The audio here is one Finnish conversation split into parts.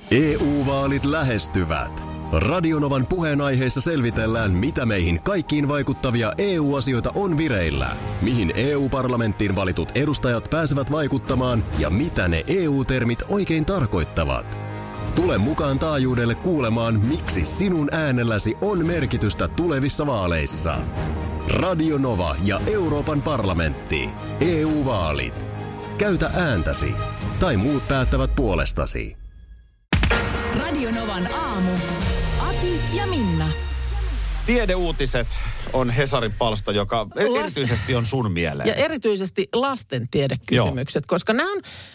EU-vaalit lähestyvät. Radionovan puheenaiheessa selvitellään, mitä meihin kaikkiin vaikuttavia EU-asioita on vireillä, mihin EU-parlamenttiin valitut edustajat pääsevät vaikuttamaan ja mitä ne EU-termit oikein tarkoittavat. Tule mukaan taajuudelle kuulemaan, miksi sinun äänelläsi on merkitystä tulevissa vaaleissa. Radio Nova ja Euroopan parlamentti. EU-vaalit. Käytä ääntäsi. Tai muut päättävät puolestasi. Radio Novan aamu. Ati ja Minna. Tiedeuutiset on Hesarin palsta, joka erityisesti on sun mieleen. Ja erityisesti lasten tiedekysymykset, koska nämä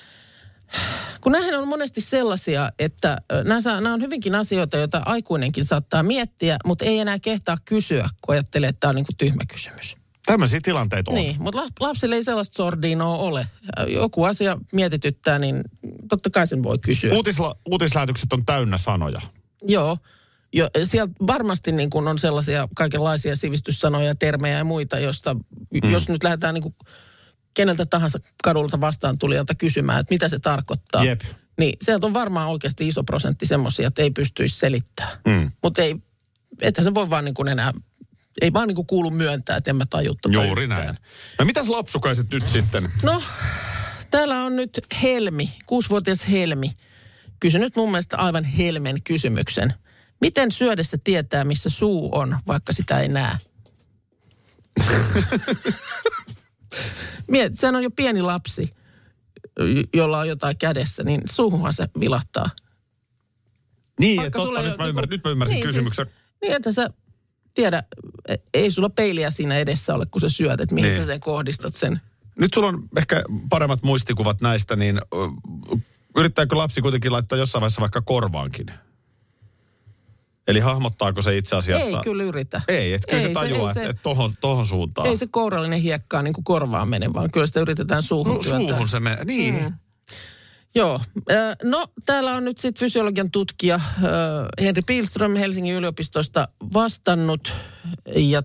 on monesti sellaisia, että nämä on hyvinkin asioita, joita aikuinenkin saattaa miettiä, mutta ei enää kehtaa kysyä, kun ajattelee, että tämä on niin kuin tyhmä kysymys. Tämmöisiä tilanteita on. Niin, mutta lapsille ei sellaista sordiinoa ole. Joku asia mietityttää, niin totta kai sen voi kysyä. Uutislähetykset on täynnä sanoja. Joo. Sieltä varmasti niin kun on sellaisia kaikenlaisia sivistyssanoja ja termejä ja muita, josta jos nyt lähdetään niin kuin keneltä tahansa kadulta vastaan tulijalta kysymään, että mitä se tarkoittaa. Jep. Niin sieltä on varmaan oikeasti iso prosentti semmoisia, että ei pystyisi selittämään. Mutta ethän se voi vaan niin kuin enää, ei vaan niin kuin kuulu myöntää, että en mä taju tota Juuri yhtään. näin. No mitäs lapsukaiset nyt sitten? No, täällä on nyt Helmi, 6-vuotias Helmi, kysynyt mun mielestä aivan helmen kysymyksen. Miten syödessä tietää, missä suu on, vaikka sitä ei näe? Sehän on jo pieni lapsi, jolla on jotain kädessä, niin suuhunhan se vilahtaa. Niin, Vaikka totta, nyt mä ymmärsin niin, kysymyksen. Siis, niin, että sä tiedä, ei sulla peiliä siinä edessä ole, kun sä syöt, että mihin sä sen kohdistat sen. Nyt sulla on ehkä paremmat muistikuvat näistä, niin yrittääkö lapsi kuitenkin laittaa jossain vaiheessa vaikka korvaankin? Eli hahmottaako se itse asiassa? Ei kyllä yritä. Ei, että kyllä se tajuaa, että tohon suuntaan. Ei se kourallinen hiekkaa niin kuin korvaan mene, vaan kyllä sitä yritetään suuhun työntää. Suuhun se menee, niin. Joo. No, täällä on nyt sitten fysiologian tutkija Henri Pihlström Helsingin yliopistosta vastannut. Ja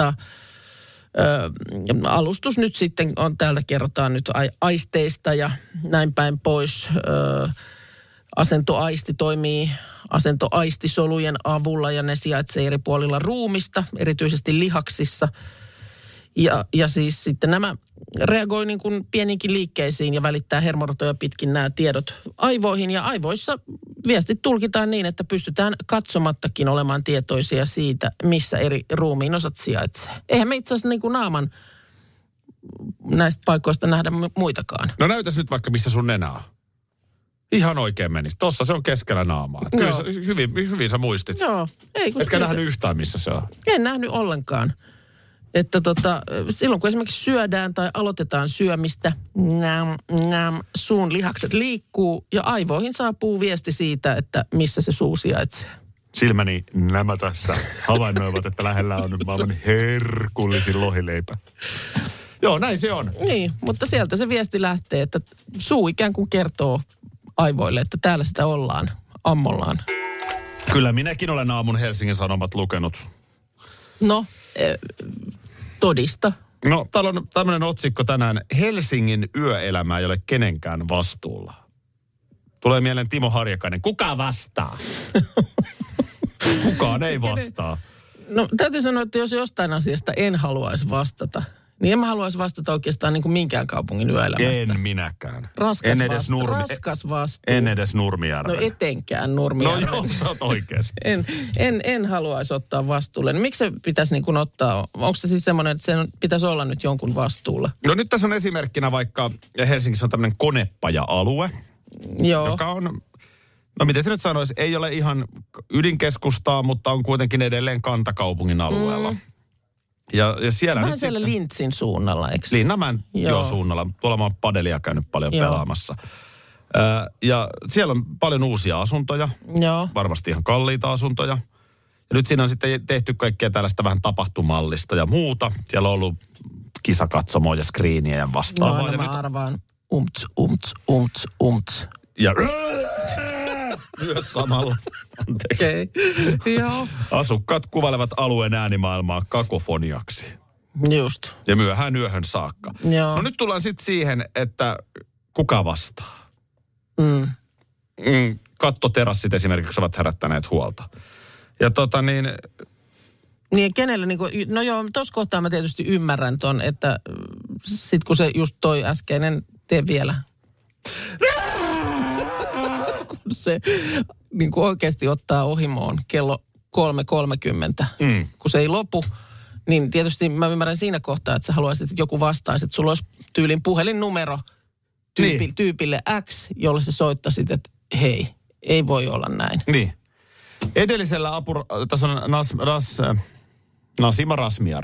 alustus nyt sitten on, täältä kerrotaan nyt aisteista ja näin päin pois. Asentoaisti toimii asentoaistisolujen avulla ja ne sijaitsee eri puolilla ruumista, erityisesti lihaksissa. Ja siis sitten nämä reagoi niin kuin pieniinkin liikkeisiin ja välittää hermoratoja pitkin nämä tiedot aivoihin. Ja aivoissa viestit tulkitaan niin, että pystytään katsomattakin olemaan tietoisia siitä, missä eri ruumiin osat sijaitsee. Eihän me itse asiassa niin kuin naaman näistä paikoista nähdä muitakaan. No näytäs nyt vaikka, missä sun nenä on. Ihan oikein meni. Tossa se on keskellä naamaa. Kyllä hyvin sä muistit. Joo. Etkä nähnyt yhtään, missä se on. En nähnyt ollenkaan. Että silloin kun esimerkiksi syödään tai aloitetaan syömistä, suun lihakset liikkuu ja aivoihin saapuu viesti siitä, että missä se suu sijaitsee. Silmäni nämä tässä havainnoivat, että lähellä on maailman herkullisin lohileipä. Joo, näin se on. Niin, mutta sieltä se viesti lähtee, että suu ikään kuin kertoo aivoille, että täällä sitä ollaan, ammollaan. Kyllä minäkin olen aamun Helsingin Sanomat lukenut. No, todista. No, täällä on tämmöinen otsikko tänään. Helsingin yöelämä ei ole kenenkään vastuulla. Tulee mieleen Timo Harjakainen. Kuka vastaa? Kukaan ei vastaa. No, täytyy sanoa, että jos jostain asiasta en haluaisi vastata, niin en mä haluaisi vastata oikeastaan niin kuin minkään kaupungin yöelämästä. En minäkään. Raskas vastuu. En edes Nurmijärven. No etenkään Nurmijärven. No joo, sä oot oikeassa. En haluaisi ottaa vastuulle. Miksi se pitäisi niin kuin ottaa? Onko se siis semmoinen, että sen pitäisi olla nyt jonkun vastuulla? No nyt tässä on esimerkkinä vaikka, Helsingissä on tämmöinen konepaja-alue, Joo. joka on, no miten se nyt sanoisi, ei ole ihan ydinkeskustaa, mutta on kuitenkin edelleen kantakaupungin alueella. Ja siellä vähän nyt siellä sitten Lintsin suunnalla, eikö? Linnanmäen suunnalla. Tuolla mä oon padelia käynyt paljon pelaamassa. Ja siellä on paljon uusia asuntoja. Joo. Varmasti ihan kalliita asuntoja. Ja nyt siinä on sitten tehty kaikkea tällaista vähän tapahtumallista ja muuta. Siellä on ollut kisakatsomoja ja skriiniä ja vastaavaa. No, mä arvaan. Umts. Ja myös samalla. Okei. Joo. Asukkaat kuvailevat alueen äänimaailmaa kakofoniaksi. Just. Ja myöhään yöhön saakka. Joo. No nyt tullaan sitten siihen, että kuka vastaa. kattoterassit esimerkiksi ovat herättäneet huolta. Ja Niin kenelle, no joo, tuossa kohtaa mä tietysti ymmärrän ton, että sit kun se just toi äskeinen, tee vielä. Kun se niin kuin oikeasti ottaa ohimoon kello 3.30, kun se ei lopu, niin tietysti mä ymmärrän siinä kohtaa, että sä haluaisit, että joku vastaisi, että sulla olisi tyylin puhelinnumero tyypille X, jolle sä soittasit, että hei, ei voi olla näin. Niin. Edellisellä tässä on Nasima Razmyar,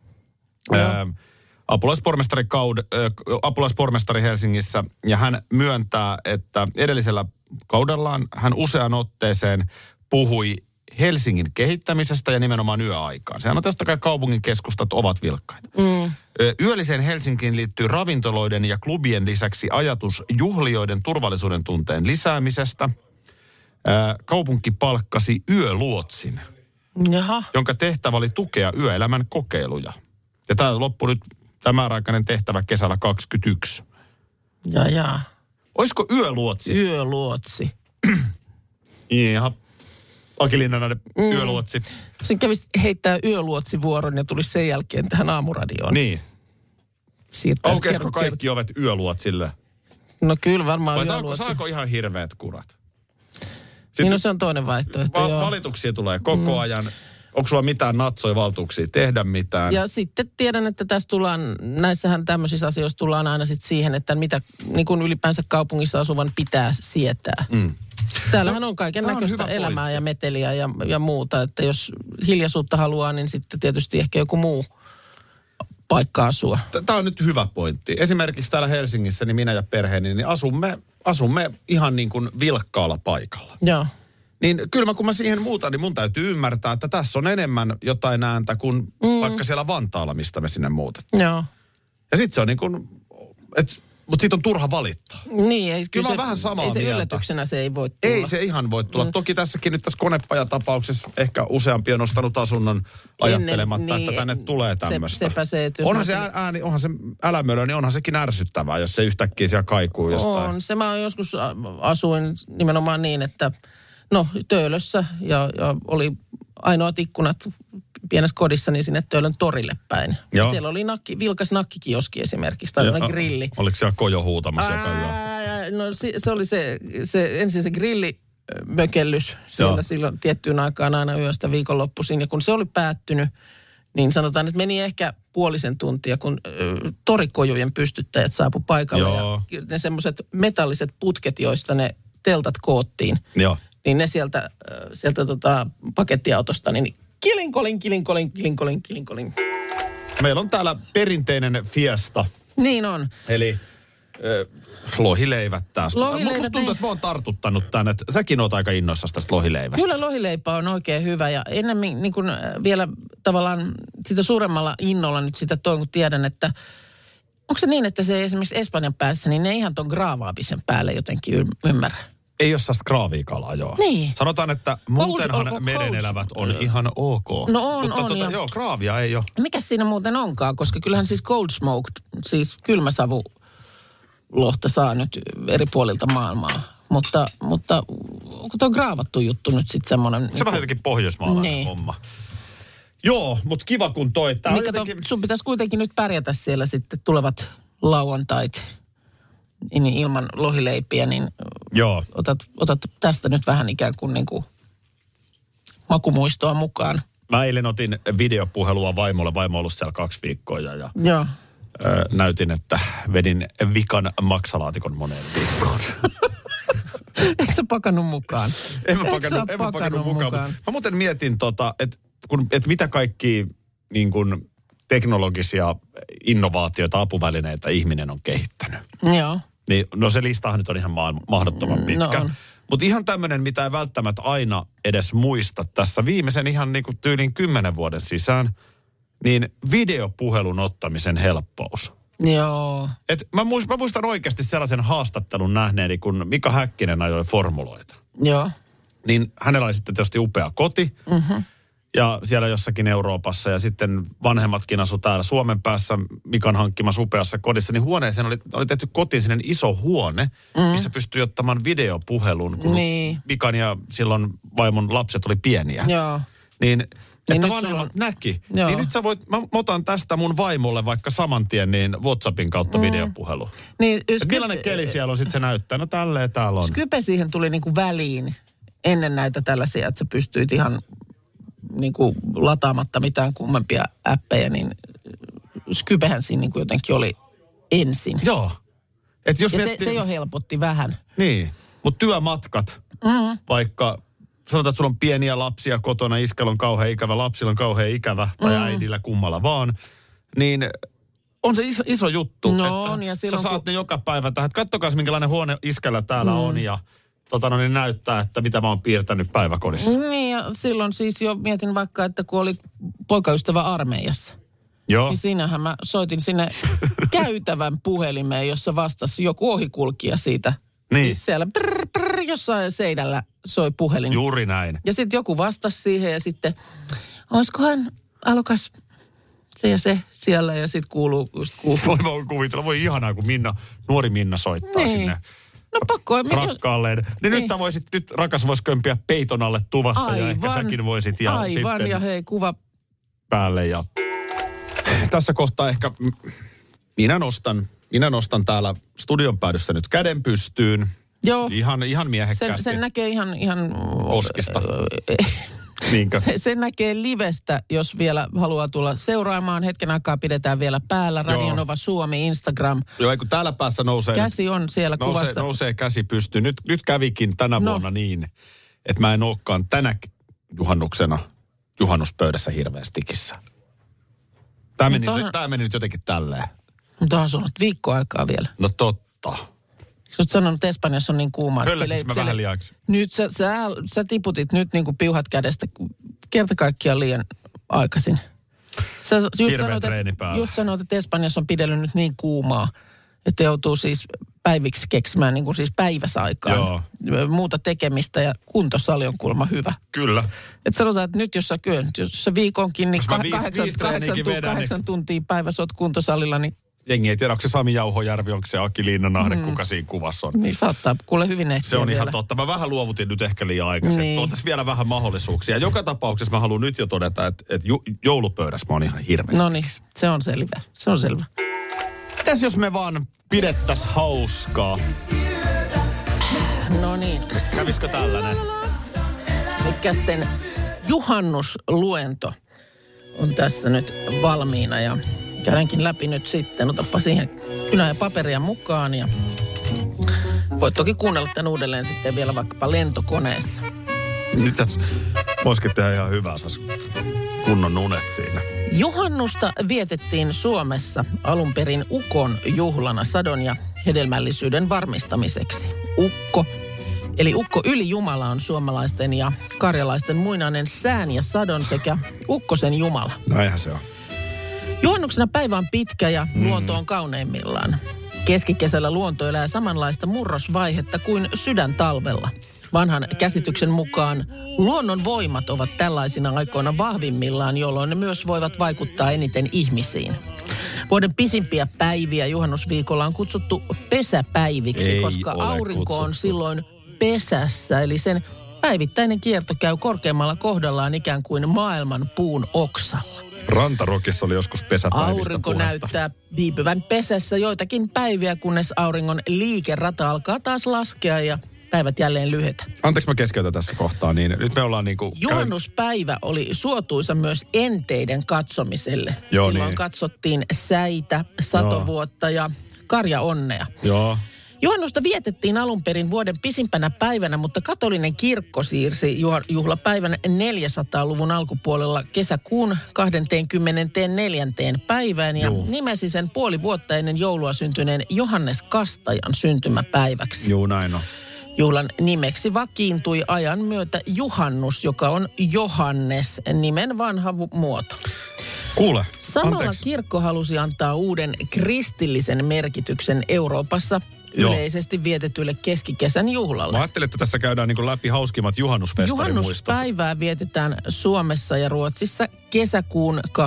apulaispormestari Helsingissä, ja hän myöntää, että edellisellä kaudellaan hän usean otteeseen puhui Helsingin kehittämisestä ja nimenomaan yöaikaan. Sehän on totta kai kaupungin keskustat ovat vilkkaita. Yölliseen Helsinkiin liittyy ravintoloiden ja klubien lisäksi ajatus juhlijoiden turvallisuuden tunteen lisäämisestä. Kaupunki palkkasi yöluotsin, jonka tehtävä oli tukea yöelämän kokeiluja. Ja tämä loppui nyt, tämä määräaikainen tehtävä kesällä 2021. Jaa. Olisiko yöluotsi? Yöluotsi. Ihan Aki Linnanainen yöluotsi. Sen kävisi heittää yöluotsivuoron ja tulisi sen jälkeen tähän aamuradioon. Niin. Aukeisiko kaikki ovet yöluotsille? No kyllä varmaan vai saako ihan hirveät kurat? Niin no se on toinen vaihtoehto, joo. Valituksia tulee koko ajan. Onko sulla mitään natsoja-valtuuksia tehdä mitään? Ja sitten tiedän, että tässä näissähän tämmöisissä asioissa tullaan aina sitten siihen, että mitä niin kuin ylipäänsä kaupungissa asuvan pitää sietää. Täällähän on kaiken näköistä elämää ja meteliä ja muuta, että jos hiljaisuutta haluaa, niin sitten tietysti ehkä joku muu paikka asua. Tämä on nyt hyvä pointti. Esimerkiksi täällä Helsingissä, niin minä ja perheeni, niin asumme ihan niin kuin vilkkaalla paikalla. Joo. Niin kyllä kun mä siihen muutan, niin mun täytyy ymmärtää, että tässä on enemmän jotain ääntä kuin vaikka siellä Vantaalla, mistä me sinne muutettiin. Joo. Ja sitten se on niin kuin, mutta siitä on turha valittaa. Niin, ei kyllä mä vähän samaa mieltä. Ei se yllätyksenä se ei voi tulla. Ei se ihan voi tulla. Toki tässäkin nyt tässä konepajatapauksessa ehkä useampi on ostanut asunnon ajattelematta, että tänne tulee tämmöistä. Sepä se, että onhan se ääni, onhan se älämölö, niin onhan sekin ärsyttävää, jos se yhtäkkiä siellä kaikuu jostain. On, se mä joskus asuin nimenomaan niin, että Töölössä ja oli ainoat ikkunat pienessä kodissa, niin sinne Töölön torille päin. Siellä oli vilkas nakkikioski esimerkiksi, tai grilli. Oliko siellä kojo huutamassa joka yö? No se oli se ensin se grillimökellys siellä silloin tiettyyn aikaan aina yöstä viikonloppuisin. Ja kun se oli päättynyt, niin sanotaan, että meni ehkä puolisen tuntia, kun torikojujen pystyttäjät saapu paikalle. Joo. Ja ne semmoiset metalliset putket, joista ne teltat koottiin. Joo. Niin ne sieltä pakettiautosta, niin kilinkolin. Meillä on täällä perinteinen fiesta. Niin on. Eli lohileivät taas. Musta tuntuu, että mä oon tartuttanut tän, että säkin oot aika innoissasi tästä lohileivästä. Kyllä lohileipä on oikein hyvä ja ennemmin niin kuin vielä tavallaan sitä suuremmalla innolla nyt sitä toin, kun tiedän, että onko se niin, että se esimerkiksi Espanjan päässä, niin ne ihan ton graavaamisen päälle jotenkin ymmärrä. Ei ole sellaista graaviikalaa, joo. Niin. Sanotaan, että muutenhan merenelävät on ihan ok. No on, mutta joo, graavia ei ole. Mikäs siinä muuten onkaan, koska kyllähän siis cold smoked, siis kylmäsavu lohta saa nyt eri puolilta maailmaa. Mutta onko tuo graavattu juttu nyt sitten semmoinen? Se vähän jotenkin pohjoismaalainen homma. Joo, mutta kiva kun toi. Sun pitäisi kuitenkin nyt pärjätä siellä sitten tulevat lauantait. Niin ilman lohileipiä, niin joo. Otat tästä nyt vähän ikään kuin makumuistoa mukaan. Mä eilen otin videopuhelua vaimolle. Vaimo on ollut siellä 2 viikkoa ja joo. Näytin, että vedin vikan maksalaatikon moneen viikkoon. Eikö sä pakannut mukaan? En mä pakannut mukaan. Mä muuten mietin, että mitä kaikki niin kuin teknologisia innovaatioita, apuvälineitä ihminen on kehittänyt. Joo. Niin, no se listahan nyt on ihan mahdottoman pitkä. No mutta ihan tämmöinen, mitä ei välttämättä aina edes muista tässä viimeisen ihan niin kuin tyylin 10 vuoden sisään, niin videopuhelun ottamisen helppous. Joo. Mä muistan oikeasti sellaisen haastattelun nähneeni, kun Mika Häkkinen ajoi formuloita. Joo. Niin hänellä oli sitten tietysti upea koti. Mm-hmm. ja siellä jossakin Euroopassa ja sitten vanhemmatkin asu täällä Suomen päässä Mikan hankkimassa upeassa kodissa, niin huoneeseen oli tehty kotiin sinne iso huone, missä pystyi ottamaan videopuhelun, kun Mikan ja silloin vaimon lapset oli pieniä. Joo. Niin että nyt vanhemmat näki. Joo. Niin nyt sä voit, mä otan tästä mun vaimolle vaikka saman tien niin WhatsAppin kautta videopuhelu. Niin, millainen keli siellä on, sit se näyttää. No tälleen täällä on. Skype siihen tuli niinku väliin ennen näitä tällaisia, että sä pystyit ihan niinku lataamatta mitään kummempia appeja, niin Skypehän siinä niinku jotenkin oli ensin. Joo. Et jos ja se jo helpotti vähän. Niin, mutta työmatkat, vaikka sanotaan, että sulla on pieniä lapsia kotona, iskällä on kauhean ikävä, lapsilla on kauhean ikävä, tai äidillä kummalla vaan, niin on se iso juttu. No on, ja silloin sä saat ne joka päivä tähän, että kattokaa minkälainen huone iskällä täällä on, ja niin näyttää, että mitä mä oon piirtänyt päiväkodissa. Niin, ja silloin siis jo mietin vaikka, että kun oli poikaystävä armeijassa. Joo. Niin siinähän mä soitin sinne käytävän puhelimeen, jossa vastasi joku ohikulkija siitä. Niin. Siis siellä jossain seinällä soi puhelin. Juuri näin. Ja sitten joku vastasi siihen ja sitten, olisikohan alukas se ja se siellä ja sitten kuuluu. Voi kuvitella, voi ihanaa, kun nuori Minna soittaa sinne. No pakko. Rakkaalleen. Niin nyt sä voisit, nyt rakas vois kömpiä peiton alle tuvassa ja ehkä säkin voisit. Ja aivan, sitten ja hei, kuva päälle. Ja tässä kohtaa ehkä minä nostan täällä studion päädyssä nyt käden pystyyn. Joo. Ihan miehekkäästi. Sen näkee ihan Koskista. Niinkö? Se näkee livestä, jos vielä haluaa tulla seuraamaan. Hetken aikaa pidetään vielä päällä. Radio Nova Suomi, Instagram. Joo, kun täällä päässä nousee. Käsi on siellä kuvassa. Nousee käsi pystyyn. Nyt kävikin tänä vuonna niin, että mä en olekaan tänä juhannuksena juhannuspöydässä hirveästi tikissä. Tämä meni nyt jotenkin tälleen. Mutta on ollut viikkoaikaa vielä. No totta. Sä oot sanonut, että Espanjassa on niin kuuma. Hölläsis mä vähän liiaksi. Nyt sä tiputit nyt niin kuin piuhat kädestä kerta kaikkiaan liian aikaisin. Hirveä treeni päällä. Just sanoit, että Espanjassa on pidellyt nyt niin kuumaa, että joutuu siis päiviksi keksimään niin kuin siis päiväsaikaan. Joo. Muuta tekemistä ja kuntosali on kuulemma hyvä. Kyllä. Että sanotaan, että nyt jos sä viikonkin, niin 8 tuntia päivässä oot kuntosalilla, niin jengi ei tiedä, onko se Sami Jauhojärvi, onko se Aki Linnanahde, kuka siinä kuvassa on. Niin saattaa, kuule hyvin ehtiä. Se on vielä. Ihan totta. Mä vähän luovutin nyt ehkä liian aikaisin. Niin. Tuotaisiin vielä vähän mahdollisuuksia. Joka tapauksessa mä haluan nyt jo todeta, että joulupöydässä mä oon ihan hirveästi. No niin, se on selvä. Mitäs jos me vaan pidettäis hauskaa? No niin. Kävisikö tällainen? Mikkästen juhannusluento on tässä nyt valmiina ja käydäänkin läpi nyt sitten. Otapa siihen kynä ja paperia mukaan ja voit toki kuunnella tämän uudelleen sitten vielä vaikkapa lentokoneessa. Nyt voisikin tehdä ihan hyvää, kunnon unet siinä. Juhannusta vietettiin Suomessa alun perin ukon juhlana sadon ja hedelmällisyyden varmistamiseksi. Ukko, eli ukko ylijumala on suomalaisten ja karjalaisten muinainen sään ja sadon sekä ukkosen jumala. Näinhän se on. Juhannuksena päivä on pitkä ja luonto on kauneimmillaan. Keskikesällä luonto elää samanlaista murrosvaihetta kuin sydän talvella. Vanhan käsityksen mukaan luonnon voimat ovat tällaisina aikoina vahvimmillaan, jolloin ne myös voivat vaikuttaa eniten ihmisiin. Vuoden pisimpiä päiviä juhannusviikolla on kutsuttu pesäpäiviksi, koska aurinko on silloin pesässä. Eli sen päivittäinen kierto käy korkeammalla kohdallaan ikään kuin maailman puun oksalla. Rantarokissa oli joskus pesäpäivistä Aurinko puhetta. näyttää viipyvän pesässä joitakin päiviä, kunnes auringon liikerata alkaa taas laskea ja päivät jälleen lyhetä. Anteeksi mä keskeytän tässä kohtaa, niin nyt me ollaan niinku... Juhannuspäivä oli suotuisa myös enteiden katsomiselle. Joo, silloin niin. Katsottiin säitä, satovuotta ja karjaonnea. Joo. Juhannusta vietettiin alun perin vuoden pisimpänä päivänä, mutta katolinen kirkko siirsi juhlapäivän 400-luvun alkupuolella kesäkuun 24. päivään ja nimesi sen puoli vuotta ennen joulua syntyneen Johannes Kastajan syntymäpäiväksi. Joo, näin on. Juhlan nimeksi vakiintui ajan myötä Juhannus, joka on Johannes, nimen vanha muoto. Kuule, Samalla kirkko halusi antaa uuden kristillisen merkityksen Euroopassa yleisesti vietetylle keskikesän juhlalle. Mä ajattelin, että tässä käydään niin kuin läpi hauskimmat juhannusfestarin muistot. Juhannuspäivää vietetään Suomessa ja Ruotsissa kesäkuun 20-26.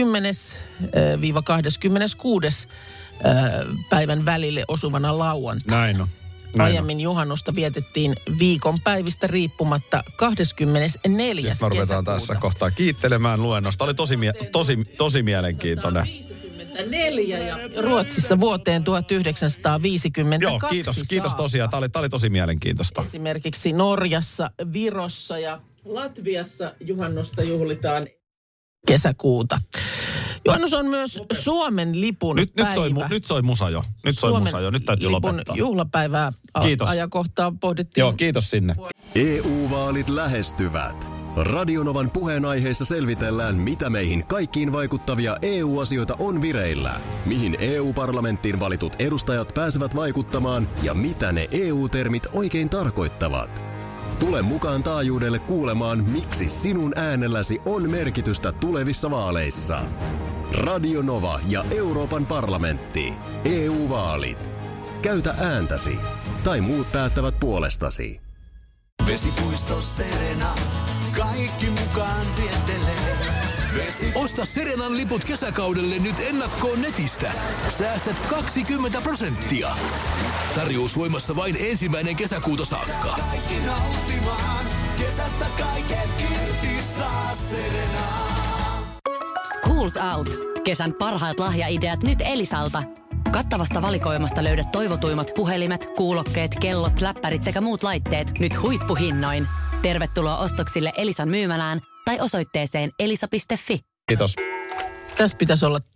Päivän välille osuvana lauantaina. Näin on. Aiemmin juhannusta vietettiin viikonpäivistä riippumatta 24. Nyt me ruvetaan tässä kohtaa kiittelemään luennosta. Oli tosi mielenkiintoinen. 54 ja Ruotsissa vuoteen 1952. Joo, kiitos tosiaan. Tämä oli tosi mielenkiintoista. Esimerkiksi Norjassa, Virossa ja Latviassa juhannusta juhlitaan kesäkuuta. Juhannus on myös Suomen lipun päivä. Nyt soi musa jo. Nyt täytyy lopettaa. Juhlapäivää ajankohtaa pohdittiin. Joo, kiitos sinne. EU-vaalit lähestyvät. Radionovan puheenaiheessa selvitellään, mitä meihin kaikkiin vaikuttavia EU-asioita on vireillä, mihin EU-parlamenttiin valitut edustajat pääsevät vaikuttamaan ja mitä ne EU-termit oikein tarkoittavat. Tule mukaan taajuudelle kuulemaan, miksi sinun äänelläsi on merkitystä tulevissa vaaleissa. Radio Nova ja Euroopan parlamentti. EU-vaalit. Käytä ääntäsi. Tai muut päättävät puolestasi. Vesipuisto Serena. Kaikki mukaan viettelee. Osta Serenan liput kesäkaudelle nyt ennakkoon netistä. Säästät 20%. Tarjous voimassa vain 1. kesäkuuta saakka. Kaikki nauttimaan. Kesästä kaiken irti saa Serena. Schools Out. Kesän parhaat lahjaideat nyt Elisalta. Kattavasta valikoimasta löydät toivotuimmat puhelimet, kuulokkeet, kellot, läppärit sekä muut laitteet nyt huippuhinnoin. Tervetuloa ostoksille Elisan myymälään tai osoitteeseen elisa.fi. Kiitos. Tässä pitäisi olla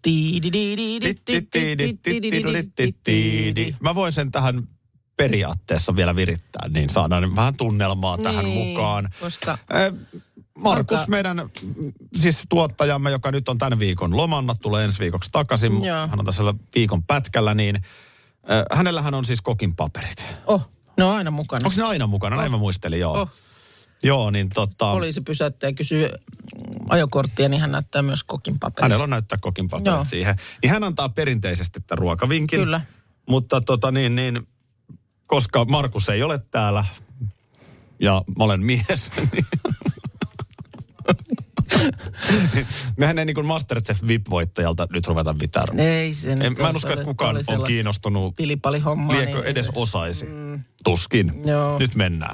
Mä voin sen tähän periaatteessa vielä virittää, niin saadaan vähän tunnelmaa tähän mukaan. Koska Markus, meidän siis tuottajamme, joka nyt on tämän viikon lomalla, tulee ensi viikoksi takaisin. Hän on tässä viikon pätkällä, niin hänellähän on siis kokin paperit. Ne on aina mukana. Onko ne aina mukana? Näin mä muistelin, joo. Joo, niin Poliisi pysäyttää ja kysyy ajokorttia, niin hän näyttää myös kokin paperit. Hänellä on näyttää kokin paperit siihen. Niin hän antaa perinteisesti tämän ruokavinkin. Kyllä. Mutta koska Markus ei ole täällä ja mä olen mies, mehän ei niin kuin Masterchef VIP-voittajalta nyt ruveta mitään. Ei se nyt mä en usko, että kukaan on kiinnostunut. Pilipalihommaa. Liekö edes osaisi? Tuskin. Joo. Nyt mennään.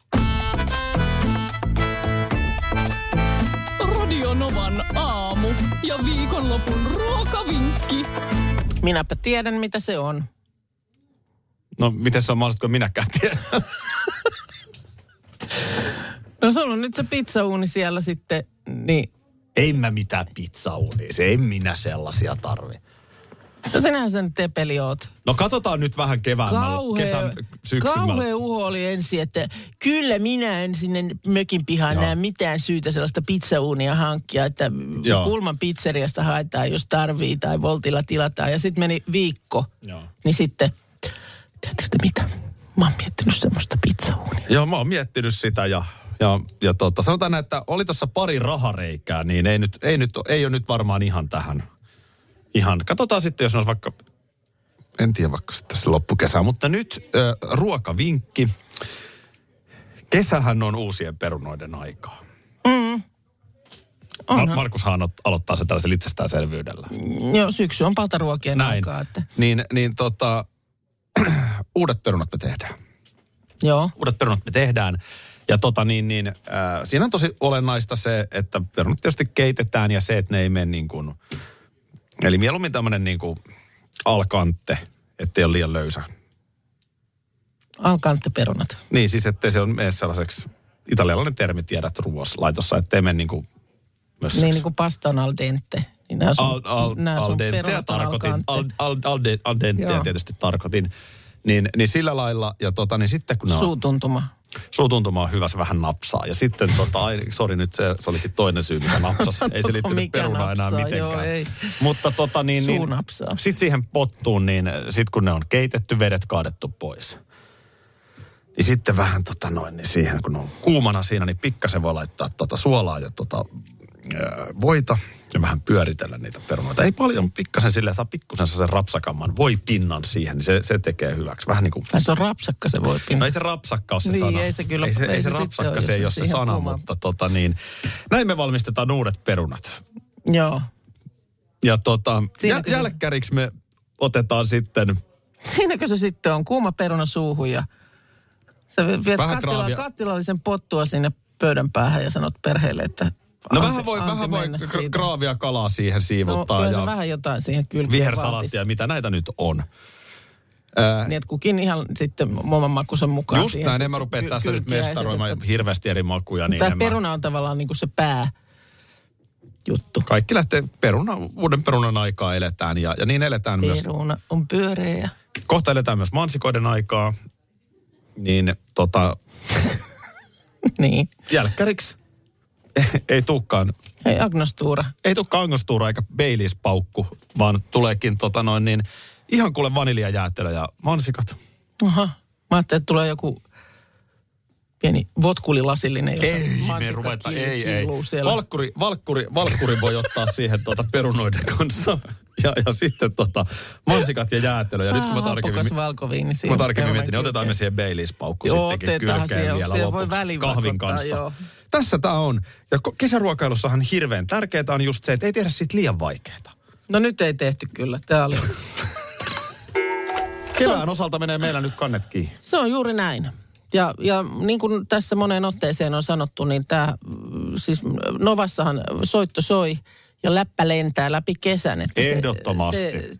Radio Novan aamu ja viikonlopun ruokavinkki. Minäpä tiedän, mitä se on. No, miten se on mahdollista, kun minäkään tiedän? No sulla on nyt se pizzauuni siellä sitten, niin... Ei mä mitään pizzauunia, en minä sellaisia tarvi. No sinähän sen tepeli oot. No katsotaan nyt vähän keväämällä, kesän syksymällä. Kauhea uho oli ensin, että kyllä minä en sinne mökin pihaan näe mitään syytä sellaista pizzauunia hankkia, että Kulman pizzeriasta haetaan, jos tarvii, tai Voltilla tilataan. Ja sitten meni viikko, niin sitten, tiedättekö te mitä? Mä oon miettinyt semmoista pizzauunia. Joo, mä oon miettinyt sitä ja sanotaan, että oli tuossa pari rahareikää, niin ei ole nyt varmaan ihan tähän. Katsotaan sitten, jos on vaikka, en tiedä vaikka sitten se loppukesä, mutta nyt ruokavinkki. Kesähän on uusien perunoiden aikaa. Markushan aloittaa se tällaisella itsestäänselvyydellä. Joo, syksy on pataruokien aikaa. Että. Niin uudet perunat me tehdään. Joo. Uudet perunat me tehdään. Ja siinä on tosi olennaista se, että perunat tietysti keitetään ja se, että ne ei mene niin kuin, eli mieluummin tämmöinen niin kuin al cante, ettei ole liian löysä. Al cante perunat. Niin, siis ettei se ole mene sellaiseksi, italialainen termi tiedät ruoaslaitossa, ettei mene niin kuin mössäksi. Niin kuin pasta on al dente. Niin nämä sun perunat on al cante. Al denteä tietysti tarkoitin. Niin sillä lailla, ja niin sitten kun ne on... Suutuntuma on hyvä, se vähän napsaa. Ja sitten sori nyt se olikin toinen syy, mikä napsasi. Ei se liittynyt perunaan enää mitenkään. Joo, ei. Mutta sitten siihen pottuun, niin sitten kun ne on keitetty, vedet kaadettu pois. Niin sitten vähän niin siihen, kun ne on kuumana siinä, niin pikkasen voi laittaa suolaa ja voita ja vähän pyöritellä niitä perunoita. Ei paljon, pikkasen silleen, saa pikkusen sen rapsakamman voipinnan siihen, niin se tekee hyväksi. Vähän niin kuin... Se on rapsakka se voipinna. No ei se rapsakka ole se niin, sana. Ei se kyllä. Ei se rapsakka, se ei ole se sana, mutta näin me valmistetaan uudet perunat. Joo. Ja jälkkäriksi me otetaan sitten... Siinäkö se sitten on? Kuuma peruna suuhun ja sä viet kattilallisen pottua sinne pöydän päähän ja sanot perheelle, että vähän voi graavia kalaa siihen siivottaa. No, ja vähän jotain siihen kylkeen vihersalaattia, mitä näitä nyt on. Niin, että kukin ihan sitten oman makunsa mukaan. Just näin, en mä rupea tässä nyt mestaroimaan hirveästi eri makuja. Niin tämä peruna on tavallaan niin kuin se pääjuttu. Kaikki lähtee uuden perunan aikaa eletään ja niin eletään myös. Peruna on pyöreä. Kohta eletään myös mansikoiden aikaa. Niin niin. Jälkkäriksi ei tulekaan. Ei agnostuura. Ei tulekaan agnostuura eikä Baileys-paukku, vaan tuleekin ihan kuule vaniljajäätelö ja mansikat. Aha. Mä ajattelin, että tulee joku pieni votkulilasillinen, jossa mansikka kiiluu siellä. Valkkuri voi ottaa siihen perunoiden kanssa. Ja sitten mansikat ja jäätelö. Ja nyt kun mä tarkemmin mietin, niin otetaan me siihen Baileys-paukku sittenkin kylkeen vielä lopuksi kahvin kanssa. Joo. Tässä tää on. Ja kesäruokailussahan hirveän tärkeää on just se, että ei tehdä siitä liian vaikeaa. No nyt ei tehty kyllä. Tää oli... Kevään osalta menee meillä nyt kannet kiinni. Se on juuri näin. Ja niin kuin tässä moneen otteeseen on sanottu, niin tämä, siis Novassahan soitto soi ja läppä lentää läpi kesän. Että ehdottomasti.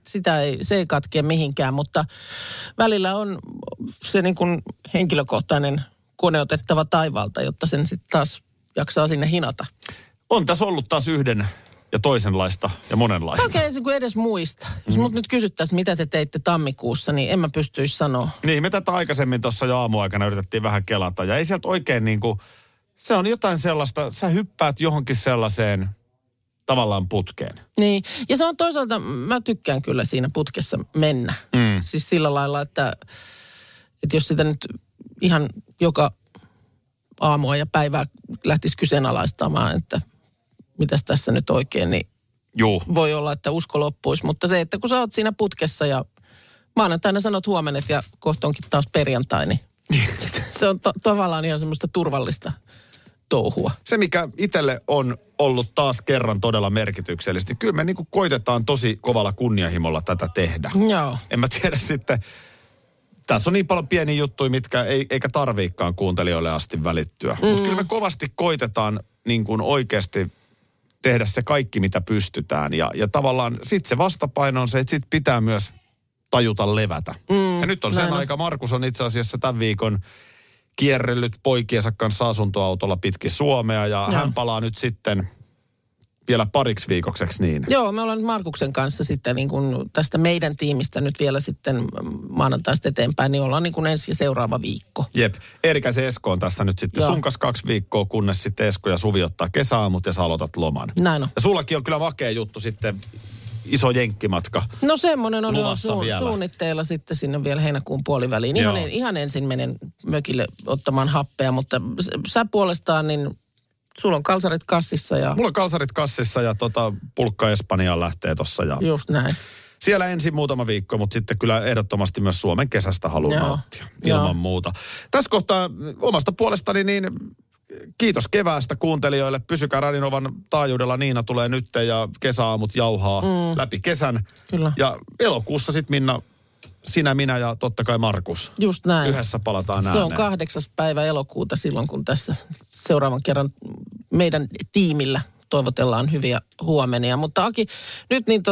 Se ei katkea mihinkään, mutta välillä on se niin kuin henkilökohtainen koneotettava taivaalta, jotta sen sitten taas jaksaa sinne hinata. On tässä ollut taas yhden ja toisenlaista ja monenlaista. Okei, se kun edes muista. Jos mut nyt kysyttäisiin, mitä te teitte tammikuussa, niin en mä pystyisi sanoa. Niin, me tätä aikaisemmin tuossa jo aamuaikana yritettiin vähän kelata. Ja ei sieltä oikein se on jotain sellaista, sä hyppäät johonkin sellaiseen tavallaan putkeen. Niin, ja se on toisaalta, mä tykkään kyllä siinä putkessa mennä. Siis sillä lailla, että jos sitä nyt ihan joka aamua ja päivää lähtisi kyseenalaistamaan, että mitäs tässä nyt oikein, niin voi olla, että usko loppuisi. Mutta se, että kun sä oot siinä putkessa ja maanantaina sanot huomenet ja kohta onkin taas perjantai, niin se on tavallaan ihan semmoista turvallista touhua. Se, mikä itselle on ollut taas kerran todella merkityksellisesti, kyllä me koitetaan tosi kovalla kunnianhimolla tätä tehdä. Joo. En mä tiedä sitten, tässä on niin paljon pieniä juttuja, mitkä eikä tarviikaan kuuntelijoille asti välittyä. Mutta kyllä me kovasti koitetaan oikeasti tehdä se kaikki, mitä pystytään. Ja tavallaan sitten se vastapaino on se, että sit pitää myös tajuta levätä. Ja nyt on sen aika. Markus on itse asiassa tämän viikon kierrellyt poikiensa kanssa asuntoautolla pitkin Suomea. Ja hän palaa nyt sitten vielä pariksi viikokseksi niin. Joo, me ollaan nyt Markuksen kanssa sitten niin kuin tästä meidän tiimistä nyt vielä sitten maanantaista eteenpäin, niin ollaan niin kuin ensi ja seuraava viikko. Jep, Eerikäisen Esko on tässä nyt sitten sunkas 2 viikkoa, kunnes sitten Esko ja Suvi ottaa kesäaamut ja sä aloitat loman. Näin on. Ja sullakin on kyllä makea juttu sitten, iso jenkkimatka. No semmoinen on suunnitteilla sitten sinne vielä heinäkuun puoliväliin. Ihan ensin menen mökille ottamaan happea, mutta sä puolestaan niin... Sulla on kalsarit kassissa ja... Mulla on kalsarit kassissa ja pulkka Espanjaan lähtee tossa. Ja just näin. Siellä ensin muutama viikko, mutta sitten kyllä ehdottomasti myös Suomen kesästä haluan nauttia. Ilman muuta. Tässä kohtaa omasta puolestani niin kiitos keväästä kuuntelijoille. Pysykää Radionovan taajuudella. Niina tulee nyt ja kesäaamut jauhaa läpi kesän. Kyllä. Ja elokuussa sitten Minna... Sinä, minä ja totta kai Markus. Just näin. Yhdessä palataan ääneen. Se on 8. päivä elokuuta silloin, kun tässä seuraavan kerran meidän tiimillä toivotellaan hyviä huomenia. Mutta Aki, nyt niin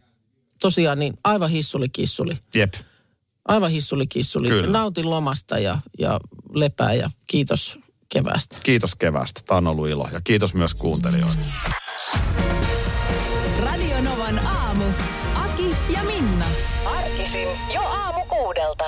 tosiaan niin aivan hissuli-kissuli. Jep. Aivan hissuli-kissuli. Kyllä. Nautin lomasta ja lepää ja kiitos keväästä. Kiitos keväästä. Tämä on ollut ilo ja kiitos myös kuuntelijoille. Radio Novan aamu. Aki ja Minna. Arkisin jo aamu 6:00.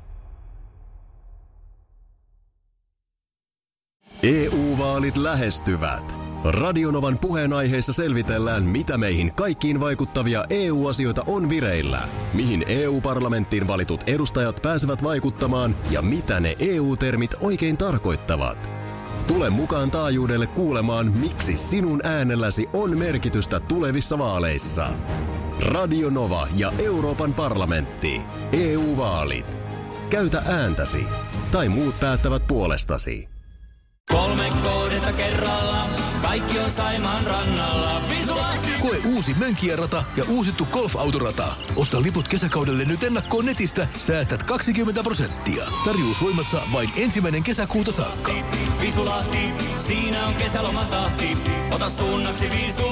EU-vaalit lähestyvät. Radionovan puheenaiheessa selvitellään, mitä meihin kaikkiin vaikuttavia EU-asioita on vireillä, mihin EU-parlamenttiin valitut edustajat pääsevät vaikuttamaan ja mitä ne EU-termit oikein tarkoittavat. Tule mukaan taajuudelle kuulemaan, miksi sinun äänelläsi on merkitystä tulevissa vaaleissa. Radio Nova ja Euroopan parlamentti. EU-vaalit. Käytä ääntäsi. Tai muut päättävät puolestasi. 3 kohdetta kerralla, kaikki on Saimaan rannalla. Visulahti! Koe uusi Mönkijärata ja uusittu golfautorata. Osta liput kesäkaudelle nyt ennakkoon netistä, säästät 20%. Tarjous voimassa vain 1. kesäkuuta saakka. Visulahti, siinä on kesälomatahti. Ota suunnaksi Visulahti.